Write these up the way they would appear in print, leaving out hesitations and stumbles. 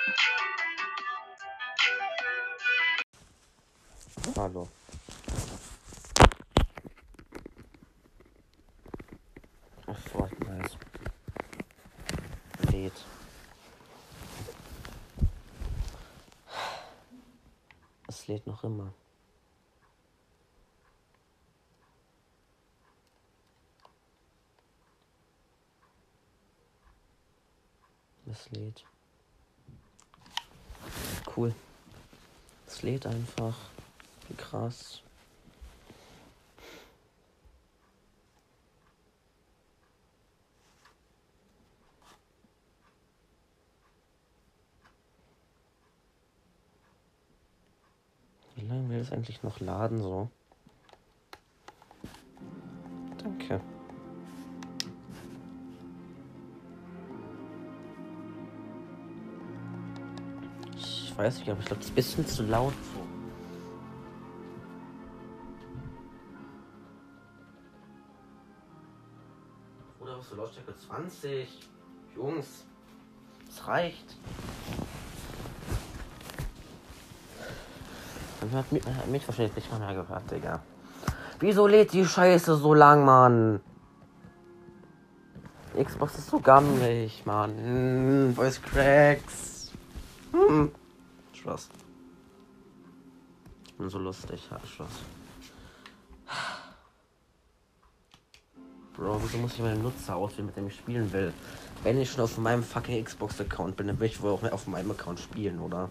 Hallo. Ach, Fortnite. Lädt. Es lädt noch immer. Es lädt. Cool. Es lädt einfach. Wie krass. Wie lange will es eigentlich noch laden so? Danke. Ich weiß nicht, aber ich glaube, das ist ein bisschen zu laut so. Oder auf so Lautstärke 20. Jungs, es reicht. Man hat mich wahrscheinlich nicht mal mehr gehört, Digga. Wieso lädt die Scheiße so lang, Mann? Xbox ist so gammelig, Mann. Voice Cracks. Spaß. Ich bin so lustig, ja, Spaß. Bro, wieso muss ich meinen Nutzer auswählen, mit dem ich spielen will? Wenn ich schon auf meinem fucking Xbox-Account bin, dann will ich wohl auch mehr auf meinem Account spielen, oder?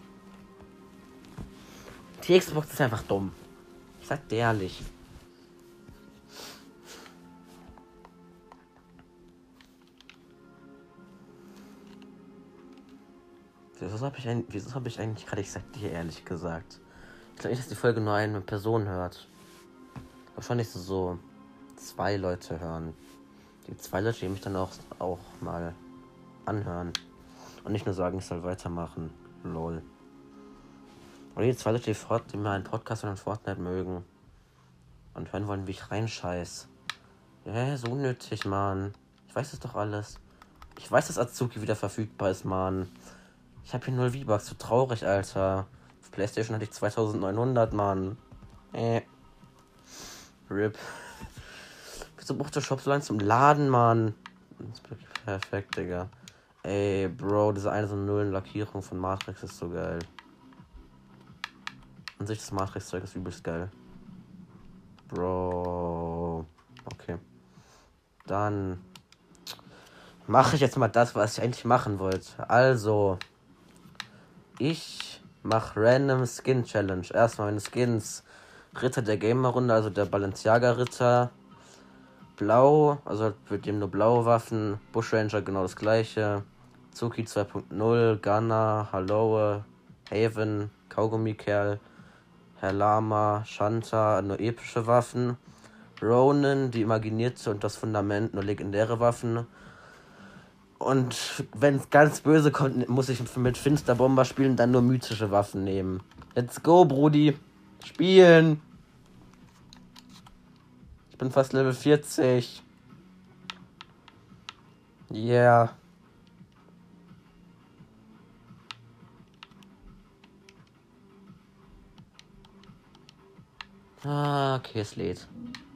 Die Xbox ist einfach dumm. Ich sag dir ehrlich. Wieso hab ich eigentlich gerade, ich sag dir ehrlich gesagt. Ich glaube nicht, dass die Folge nur eine Person hört. Wahrscheinlich so 2 Leute hören. Die 2 Leute, die mich dann auch mal anhören. Und nicht nur sagen, ich soll weitermachen. Lol. Oder die 2 Leute, die meinen Podcast und Fortnite mögen. Und hören wollen, wie ich reinscheiß. Ja, so unnötig, Mann. Ich weiß es doch alles. Ich weiß, dass Azuki wieder verfügbar ist, Mann. Ich hab hier 0 V-Bucks. So traurig, Alter. Auf PlayStation hatte ich 2900, Mann. RIP. Wieso braucht der Shop so lange zum Laden, Mann? Das ist wirklich perfekt, Digga. Ey, Bro, diese 1-0 Lackierung von Matrix ist so geil. An sich das Matrix-Zeug ist übelst geil. Bro. Okay. Dann mache ich jetzt mal das, was ich eigentlich machen wollte. Also, ich mache Random Skin Challenge. Erstmal meine Skins. Ritter der Gamer-Runde, also der Balenciaga-Ritter. Blau, also mit dem nur blaue Waffen. Bushranger genau das gleiche. Zuki 2.0, Gunner, Hallowe, Haven, Kaugummi-Kerl, Herr Lama, Shanta, nur epische Waffen. Ronin, die imaginierte und das Fundament, nur legendäre Waffen. Und wenn es ganz böse kommt, muss ich mit Finsterbomber spielen, dann nur mythische Waffen nehmen. Let's go, Brudi. Spielen. Ich bin fast Level 40. Yeah. Okay, es lädt.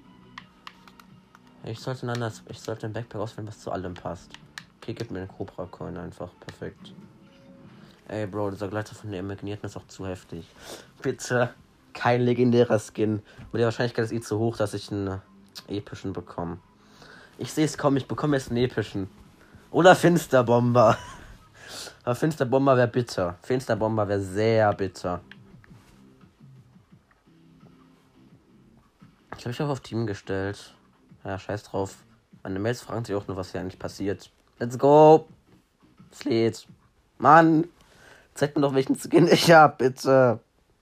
Ich sollte ein Backpack auswählen, was zu allem passt. Okay, gib mir einen Cobra-Coin einfach. Perfekt. Ey, Bro, dieser Gleiter von der Imaginierten ist auch zu heftig. Bitte. Kein legendärer Skin. Und die Wahrscheinlichkeit ist zu hoch, dass ich einen epischen bekomme. Ich sehe es kommen, ich bekomme jetzt einen epischen. Oder Finsterbomber. Aber Finsterbomber wäre bitter. Finsterbomber wäre sehr bitter. Ich habe mich auch auf Team gestellt. Ja, scheiß drauf. Meine Mails fragen sich auch nur, was hier eigentlich passiert. Let's go. Es lädt. Mann. Zeig mir doch, welchen Skin ich hab, bitte.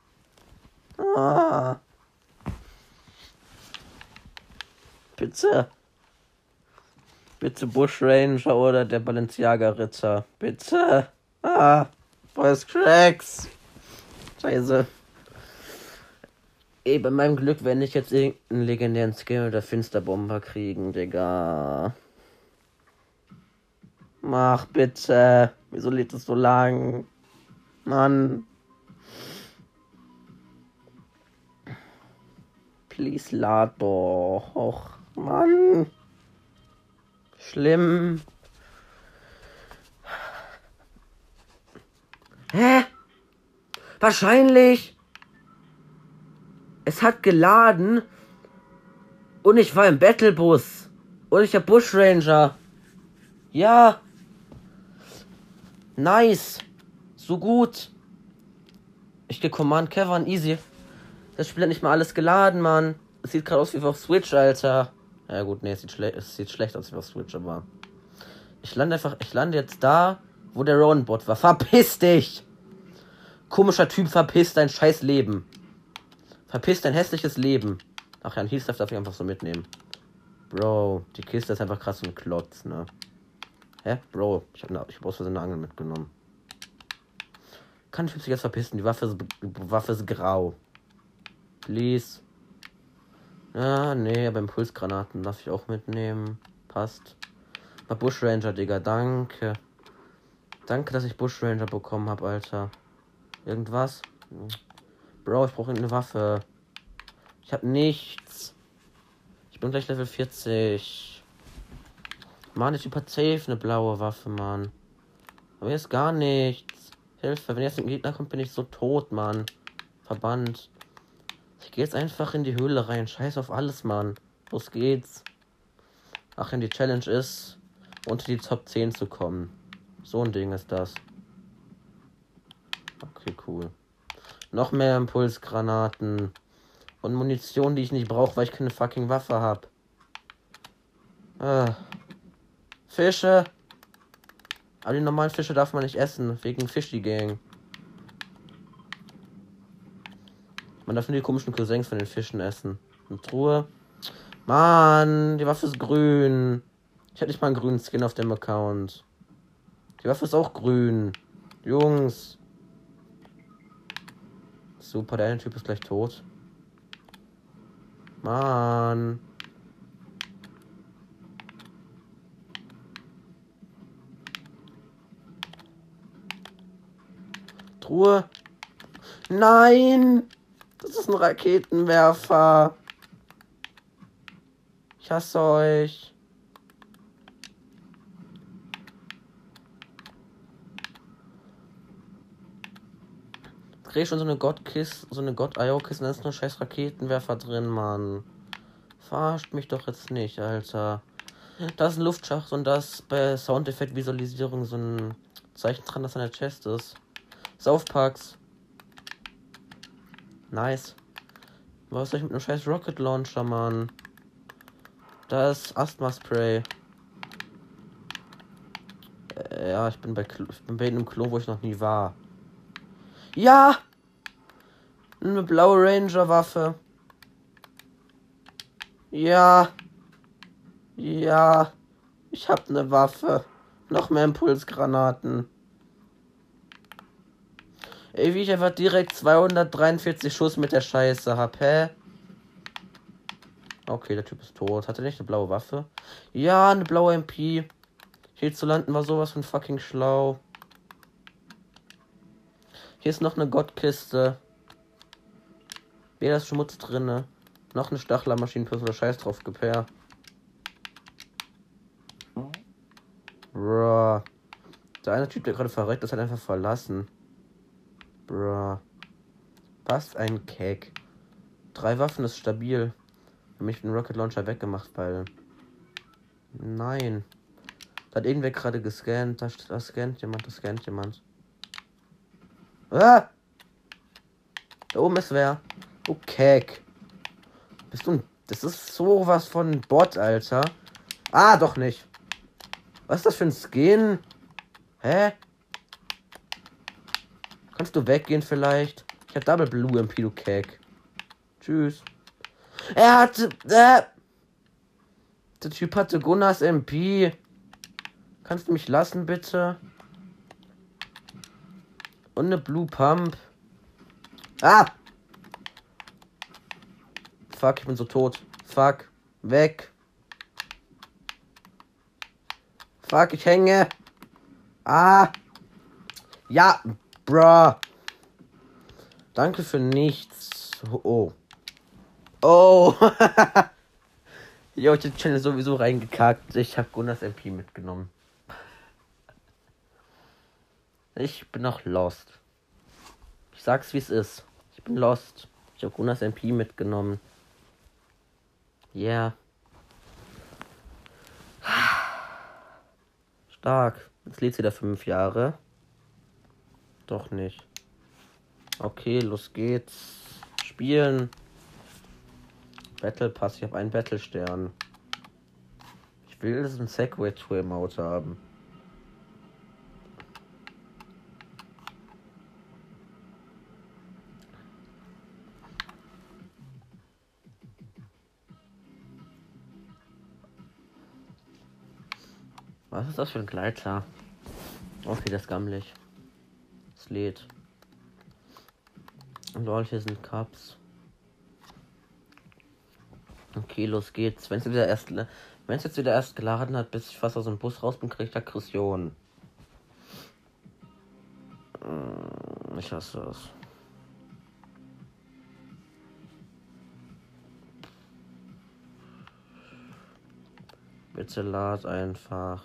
Bitte. Bitte Bushranger oder der Balenciaga-Ritter. Bitte. Voice Cracks. Scheiße. Ey, bei meinem Glück, wenn ich jetzt irgendeinen legendären Skin oder Finsterbomber kriegen, Digga. Mach bitte. Wieso lädt es so lang? Mann. Please lad doch. Och, Mann. Schlimm. Hä? Wahrscheinlich. Es hat geladen. Und ich war im Battlebus. Und ich hab Bushranger. Ja. Nice. So gut. Ich geh Command Cavern, easy. Das Spiel hat nicht mal alles geladen, Mann. Es sieht gerade aus wie auf Switch, Alter. Ja gut, nee, es sieht schlecht aus wie auf Switch, aber... Ich lande jetzt da, wo der Rowan-Bot war. Verpiss dich! Komischer Typ, verpiss dein scheiß Leben. Verpiss dein hässliches Leben. Ach ja, ein Heal-Stuff darf ich einfach so mitnehmen. Bro, die Kiste ist einfach krass so ein Klotz, ne? Hä? Bro, ich hab aus Versehen eine Angel mitgenommen. Kann ich mich jetzt verpissen? Die Waffe ist grau. Please. Ja, nee, aber Impulsgranaten darf ich auch mitnehmen. Passt. Mal Bushranger, Digga, danke. Danke, dass ich Bushranger bekommen habe, Alter. Irgendwas? Bro, ich brauche eine Waffe. Ich habe nichts. Ich bin gleich Level 40. Mann, ich über safe eine blaue Waffe, Mann. Aber hier ist gar nichts. Hilfe, wenn jetzt ein Gegner kommt, bin ich so tot, Mann. Verbannt. Ich gehe jetzt einfach in die Höhle rein. Scheiß auf alles, Mann. Los geht's. Ach, und die Challenge ist, unter die Top 10 zu kommen. So ein Ding ist das. Okay, cool. Noch mehr Impulsgranaten. Und Munition, die ich nicht brauche, weil ich keine fucking Waffe habe. Fische. Aber die normalen Fische darf man nicht essen. Wegen Fishy Gang. Man darf nur die komischen Cousins von den Fischen essen. Eine Truhe. Mann, die Waffe ist grün. Ich hatte nicht mal einen grünen Skin auf dem Account. Die Waffe ist auch grün. Jungs. Super, der eine Typ ist gleich tot. Mann. Truhe. Nein. Das ist ein Raketenwerfer. Ich hasse euch. Dreh schon so eine God-Kiss, so eine God-IO-Kiss, und da ist nur scheiß Raketenwerfer drin, Mann. Verarscht mich doch jetzt nicht, Alter. Da ist ein Luftschacht und das bei Soundeffekt-Visualisierung so ein Zeichen dran, dass an der Chest ist. Saufpacks. Nice. Was soll ich mit einem scheiß Rocket Launcher, Mann? Da ist Asthma-Spray. Ja, ich bin bei einem Klo, wo ich noch nie war. Ja! Eine blaue Ranger-Waffe. Ja. Ja. Ich hab eine Waffe. Noch mehr Impulsgranaten. Ey, wie ich einfach direkt 243 Schuss mit der Scheiße hab, hä? Okay, der Typ ist tot. Hat er nicht eine blaue Waffe? Ja, eine blaue MP. Hier zu landen war sowas von fucking schlau. Hier ist noch eine Gottkiste. Weder ist Schmutz drinne. Noch eine Stachlermaschinenpistole. Scheiß drauf, Gepähr. Bruh. Der eine Typ, der gerade verreckt ist, hat einfach verlassen. Bruh. Was ein Keck. 3 Waffen ist stabil. Ich habe mich den Rocket Launcher weggemacht, weil... Nein. Da hat irgendwer gerade gescannt. Da scannt jemand. Ah! Da oben ist wer. Du Keck. Bist du... Das ist sowas von Bot, Alter. Ah, doch nicht. Was ist das für ein Skin? Hä? Kannst du weggehen vielleicht? Ich hab Double Blue MP, du Keck. Tschüss. Er hatte... Der Typ hatte Gunnars MP. Kannst du mich lassen, bitte? Und eine Blue Pump. Ah! Fuck, ich bin so tot. Fuck. Weg. Fuck, ich hänge. Ah. Ja. Bruh. Danke für nichts. Oh. Oh. Jo, ich hab die Channel sowieso reingekackt. Ich hab Gunnars MP mitgenommen. Ich bin noch lost. Ich sag's wie es ist. Ich bin lost. Ich hab Gunnars MP mitgenommen. Yeah. Stark. Jetzt lädt's wieder 5 Jahre. Doch nicht. Okay, los geht's. Spielen. Battle Pass. Ich habe einen Battle Stern. Ich will das ein Segway Tour im Auto haben. Was ist das für ein Gleiter? Okay, das ist gammelig. Es lädt. Lol, hier sind Cups. Okay, los geht's. Wenn es jetzt wieder erst geladen hat, bis ich fast aus dem Bus raus bin, kriege ich Aggression. Ich hasse es. Bitte lad einfach.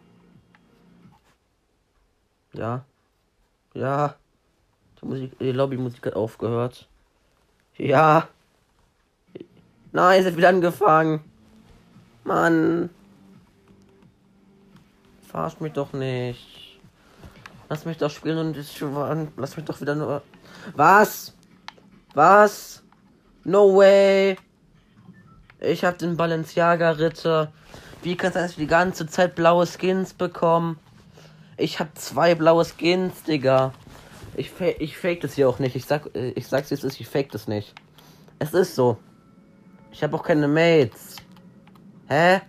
Ja. Ja. Die Lobbymusik hat aufgehört. Ja. Nein, es hat wieder angefangen. Mann. Verarscht mich doch nicht. Lass mich doch spielen und lass mich doch wieder nur... Was? Was? No way. Ich hab den Balenciaga-Ritter. Wie kann es sein, dass wir die ganze Zeit blaue Skins bekommen? Ich hab 2 blaue Skins, Digga. Ich fake das hier auch nicht. Ich sag's wie es ist, ich fake das nicht. Es ist so. Ich habe auch keine Mates. Hä?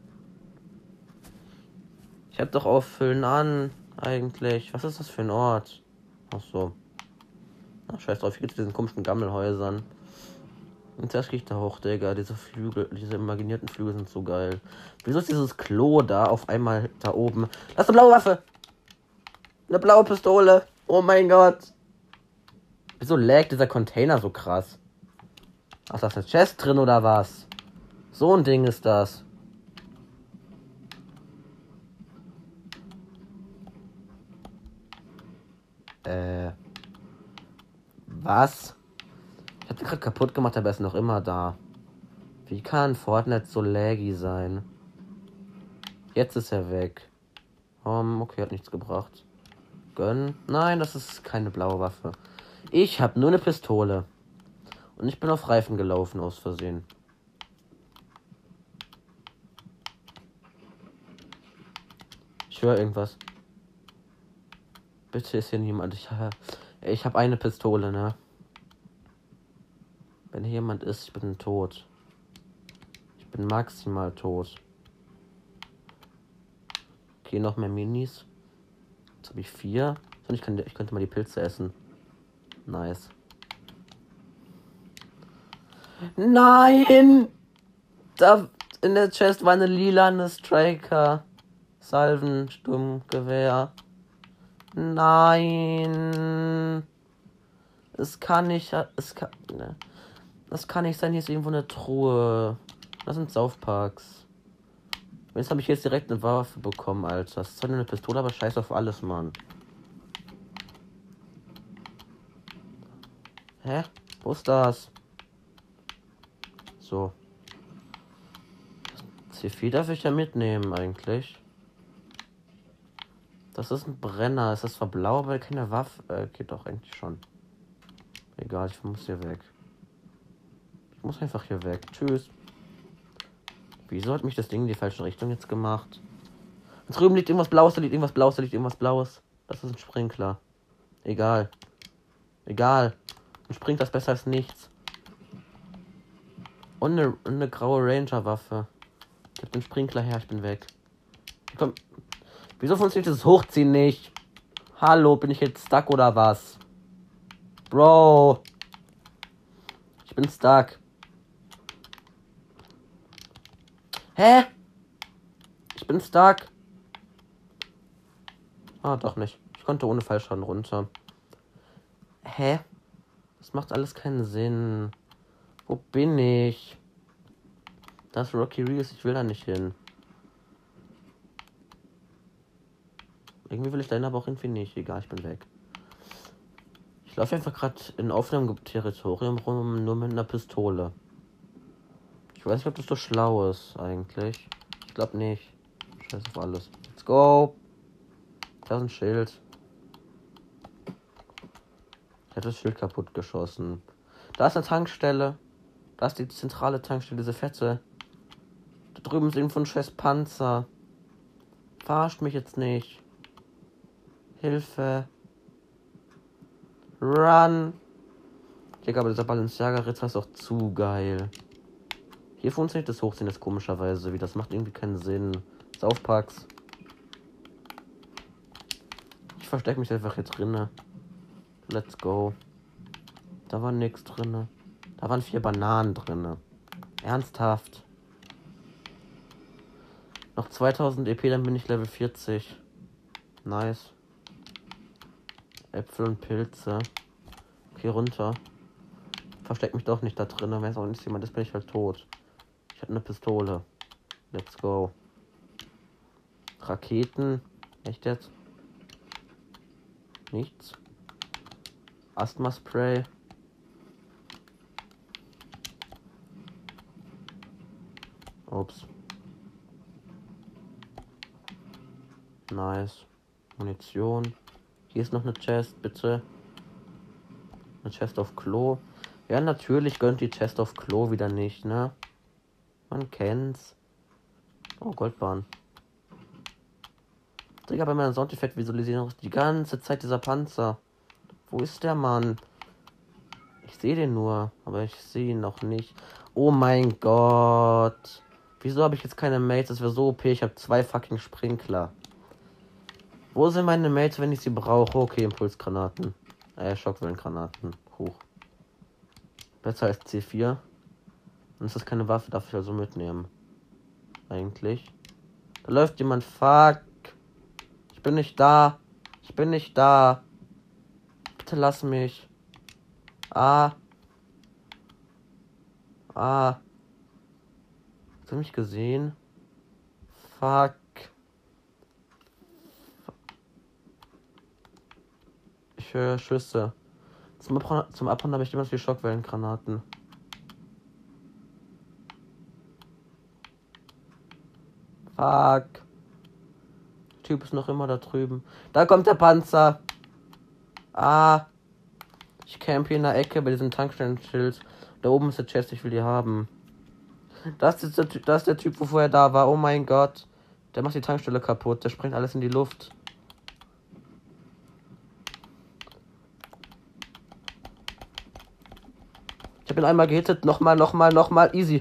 Ich hab doch auffüllen an, eigentlich. Was ist das für ein Ort? Ach so. Ach, scheiß drauf, hier geht's diesen komischen Gammelhäusern. Und zuerst krieg ich da hoch, Digga. Diese Flügel, diese imaginierten Flügel sind so geil. Wieso ist dieses Klo da auf einmal da oben? Das ist eine blaue Waffe! Eine blaue Pistole! Oh mein Gott! Wieso laggt dieser Container so krass? Ach, da ist eine Chest drin oder was? So ein Ding ist das. Was? Ich hab den gerade kaputt gemacht, aber er ist noch immer da. Wie kann Fortnite so laggy sein? Jetzt ist er weg. Okay, hat nichts gebracht. Gönn. Nein, das ist keine blaue Waffe. Ich habe nur eine Pistole. Und ich bin auf Reifen gelaufen aus Versehen. Ich höre irgendwas. Bitte ist hier niemand. Ich habe eine Pistole, ne? Wenn hier jemand ist, ich bin tot. Ich bin maximal tot. Okay, noch mehr Minis. Jetzt habe ich 4. Ich könnte mal die Pilze essen. Nice. Nein! Da in der Chest war eine lilane Striker. Salvensturmgewehr. Nein. Es kann nicht sein, hier ist irgendwo eine Truhe. Das sind Saufparks. Jetzt habe ich jetzt direkt eine Waffe bekommen, Alter. Das ist zwar nur eine Pistole, aber scheiß auf alles, Mann. Hä? Wo ist das? So. C4 darf ich ja mitnehmen, eigentlich. Das ist ein Brenner. Es ist zwar blau, aber keine Waffe. Geht doch eigentlich schon. Egal, ich muss hier weg. Ich muss einfach hier weg. Tschüss. Wieso hat mich das Ding in die falsche Richtung jetzt gemacht? Da drüben liegt irgendwas Blaues, da liegt irgendwas Blaues, da liegt irgendwas Blaues. Das ist ein Sprinkler. Egal. Egal. Ein Sprinkler ist besser als nichts. Und eine graue Ranger-Waffe. Ich hab den Sprinkler her, ich bin weg. Komm. Wieso funktioniert das Hochziehen nicht? Hallo, bin ich jetzt stuck oder was? Bro. Ich bin stuck. Hä? Ich bin stuck. Ah, doch nicht. Ich konnte ohne Fallschaden runter. Hä? Das macht alles keinen Sinn. Wo bin ich? Das ist Rocky Reels, ich will da nicht hin. Irgendwie will ich dahin, aber auch irgendwie nicht. Egal, ich bin weg. Ich laufe einfach gerade in offenem Territorium rum, nur mit einer Pistole. Ich weiß nicht, ob das so schlau ist, eigentlich. Ich glaube nicht. Scheiß auf alles. Let's go. Da ist ein Schild. Ich hatte das Schild kaputt geschossen. Da ist eine Tankstelle. Da ist die zentrale Tankstelle, diese fette. Da drüben ist irgendwo ein scheiß Panzer. Verarscht mich jetzt nicht. Hilfe. Run. Digga, aber dieser Balenciaga-Ritter ist auch zu geil. Hier funktioniert das Hochziehen jetzt komischerweise wie. Das macht irgendwie keinen Sinn. Saufpacks. Ich verstecke mich einfach hier drinne. Let's go. Da war nichts drinne. Da waren 4 Bananen drinne. Ernsthaft. Noch 2000 EP, dann bin ich Level 40. Nice. Äpfel und Pilze. Okay, runter. Versteck mich doch nicht da drin. Wenn es auch nicht jemand ist, bin ich halt tot. Ich habe eine Pistole. Let's go. Raketen. Echt jetzt? Nichts. Asthma-Spray. Ups. Nice. Munition. Hier ist noch eine Chest, bitte. Eine Chest auf Klo. Ja, natürlich gönnt die Chest auf Klo wieder nicht, ne? Man kennt's. Oh, Goldbahn. Digga, bei meiner Soundeffekt visualisieren die ganze Zeit dieser Panzer. Wo ist der Mann? Ich sehe den nur, aber ich sehe ihn noch nicht. Oh mein Gott. Wieso habe ich jetzt keine Mates? Das wäre so OP. Ich habe 2 fucking Sprinkler. Wo sind meine Mates, wenn ich sie brauche? Okay, Impulsgranaten. Schockwellengranaten. Hoch. Besser als C4. Und ist das keine Waffe, darf ich also mitnehmen. Eigentlich. Da läuft jemand. Fuck. Ich bin nicht da. Ich bin nicht da. Bitte lass mich. Hast du mich gesehen? Fuck. Ich höre Schüsse. Zum Abhauen habe ich immer viel Schockwellengranaten. Fuck. Der Typ ist noch immer da drüben. Da kommt der Panzer. Ich camp hier in der Ecke bei diesem Tankstellenschild. Da oben ist der Chest, ich will die haben. Das ist der Typ, wo vorher da war. Oh mein Gott. Der macht die Tankstelle kaputt. Der springt alles in die Luft. Ich habe ihn einmal gehittet. Nochmal. Easy.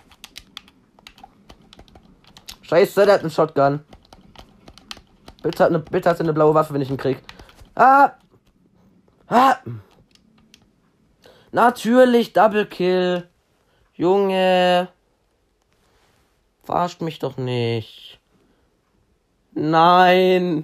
Scheiße, der hat einen Shotgun. Bitte hat eine blaue Waffe, wenn ich ihn krieg. Natürlich, Double Kill. Junge. Verarscht mich doch nicht. Nein.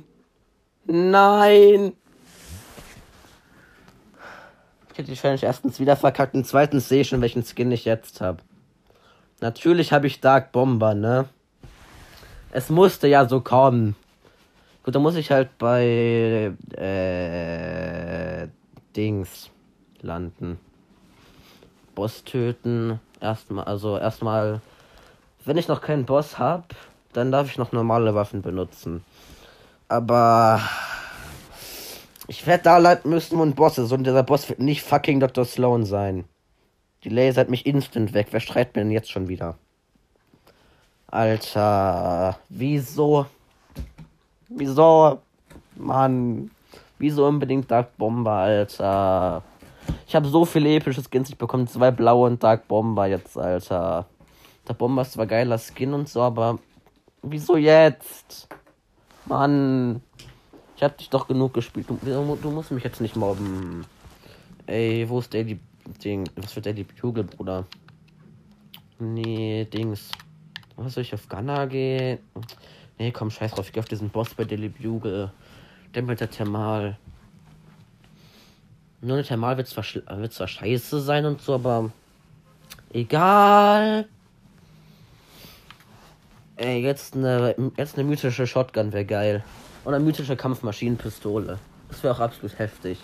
Ich hätte die Challenge erstens wieder verkackt und zweitens sehe ich schon, welchen Skin ich jetzt habe. Natürlich habe ich Dark Bomber, ne? Es musste ja so kommen. Gut, dann muss ich halt bei Dings landen. Boss töten. Erstmal, wenn ich noch keinen Boss habe, dann darf ich noch normale Waffen benutzen. Aber ich werde da landen müssen und Bosses. Und dieser Boss wird nicht fucking Dr. Sloan sein. Die lasert mich instant weg. Wer streitet mir denn jetzt schon wieder? Alter. Wieso? Mann. Wieso unbedingt Dark Bomber, Alter? Ich habe so viele epische Skins. Ich bekomme 2 blaue und Dark Bomber jetzt, Alter. Der Bomber ist zwar geiler Skin und so, aber wieso jetzt? Mann. Ich hab dich doch genug gespielt. Du musst mich jetzt nicht mobben. Ey, wo ist Daily Ding? Was für Daily Bugle, Bruder? Nee, Dings. Was soll ich auf Gunner gehen? Nee, komm, scheiß drauf. Ich geh auf diesen Boss bei Daily Bugle. Der mit der Thermal. Nur eine Thermal wird zwar scheiße sein und so, aber egal. Ey, jetzt eine mythische Shotgun wäre geil. Und eine mythische Kampfmaschinenpistole. Das wäre auch absolut heftig.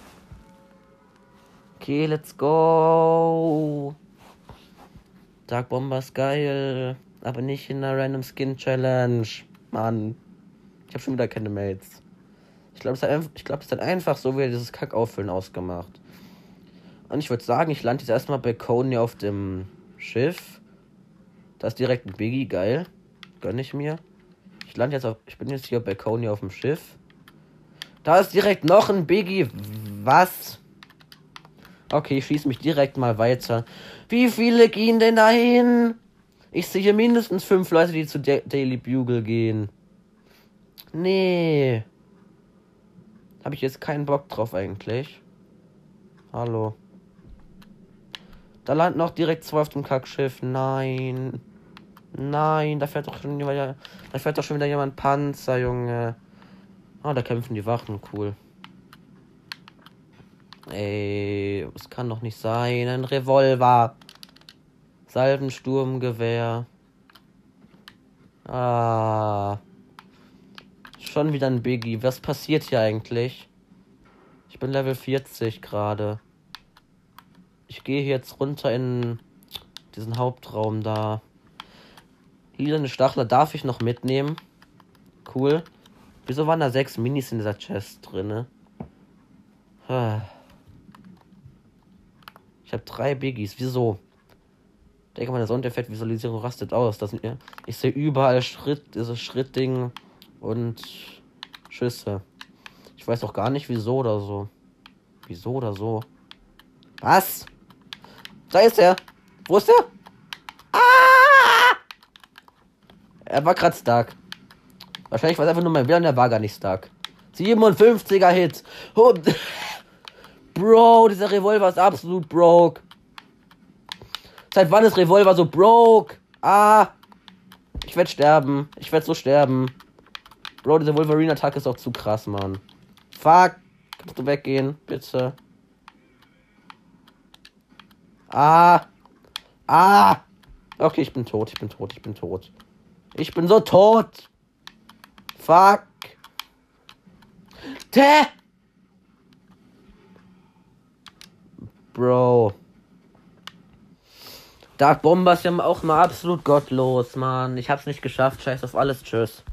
Okay, let's go. Dark Bomber ist geil. Aber nicht in einer Random Skin Challenge. Mann. Ich habe schon wieder keine Mates. Ich glaube, es hat einfach so wieder dieses Kackauffüllen ausgemacht. Und ich würde sagen, ich lande jetzt erstmal bei Coney auf dem Schiff. Da ist direkt ein Biggie, geil. Gönn ich mir. Ich bin jetzt hier bei Coney auf dem Schiff. Da ist direkt noch ein Biggie. Was? Okay, ich schieße mich direkt mal weiter. Wie viele gehen denn dahin? Ich sehe hier mindestens 5 Leute, die zu Daily Bugle gehen. Nee. Habe ich jetzt keinen Bock drauf eigentlich. Hallo. Da landen noch direkt 2 auf dem Kackschiff. Nein. Nein, da fährt doch schon wieder jemand Panzer, Junge. Ah, da kämpfen die Wachen, cool. Ey, das kann doch nicht sein. Ein Revolver. Salvensturmgewehr. Ah. Schon wieder ein Biggie. Was passiert hier eigentlich? Ich bin Level 40 gerade. Ich gehe jetzt runter in diesen Hauptraum da. Hier eine Stachler darf ich noch mitnehmen. Cool. Wieso waren da 6 Minis in dieser Chest drinne? Ich habe 3 Biggies. Wieso? Ich denke mal, der Soundeffekt-Visualisierung rastet aus. Ich sehe überall dieses Schrittding und Schüsse. Ich weiß auch gar nicht, wieso oder so. Wieso oder so? Was? Da ist er. Wo ist er? Ah! Er war gerade stuck. Wahrscheinlich war es einfach nur mein Bild und er war gar nicht stuck. 57er Hit. Oh. Bro, dieser Revolver ist absolut broke. Seit wann ist Revolver so broke? Ah. Ich werde sterben. Ich werde so sterben. Bro, diese Wolverine-Attacke ist auch zu krass, Mann. Fuck. Kannst du weggehen, bitte? Ah. Ah. Okay, ich bin tot. Ich bin so tot. Fuck. Bro. Dark Bomber ist ja auch mal absolut gottlos, Mann. Ich hab's nicht geschafft. Scheiß auf alles. Tschüss.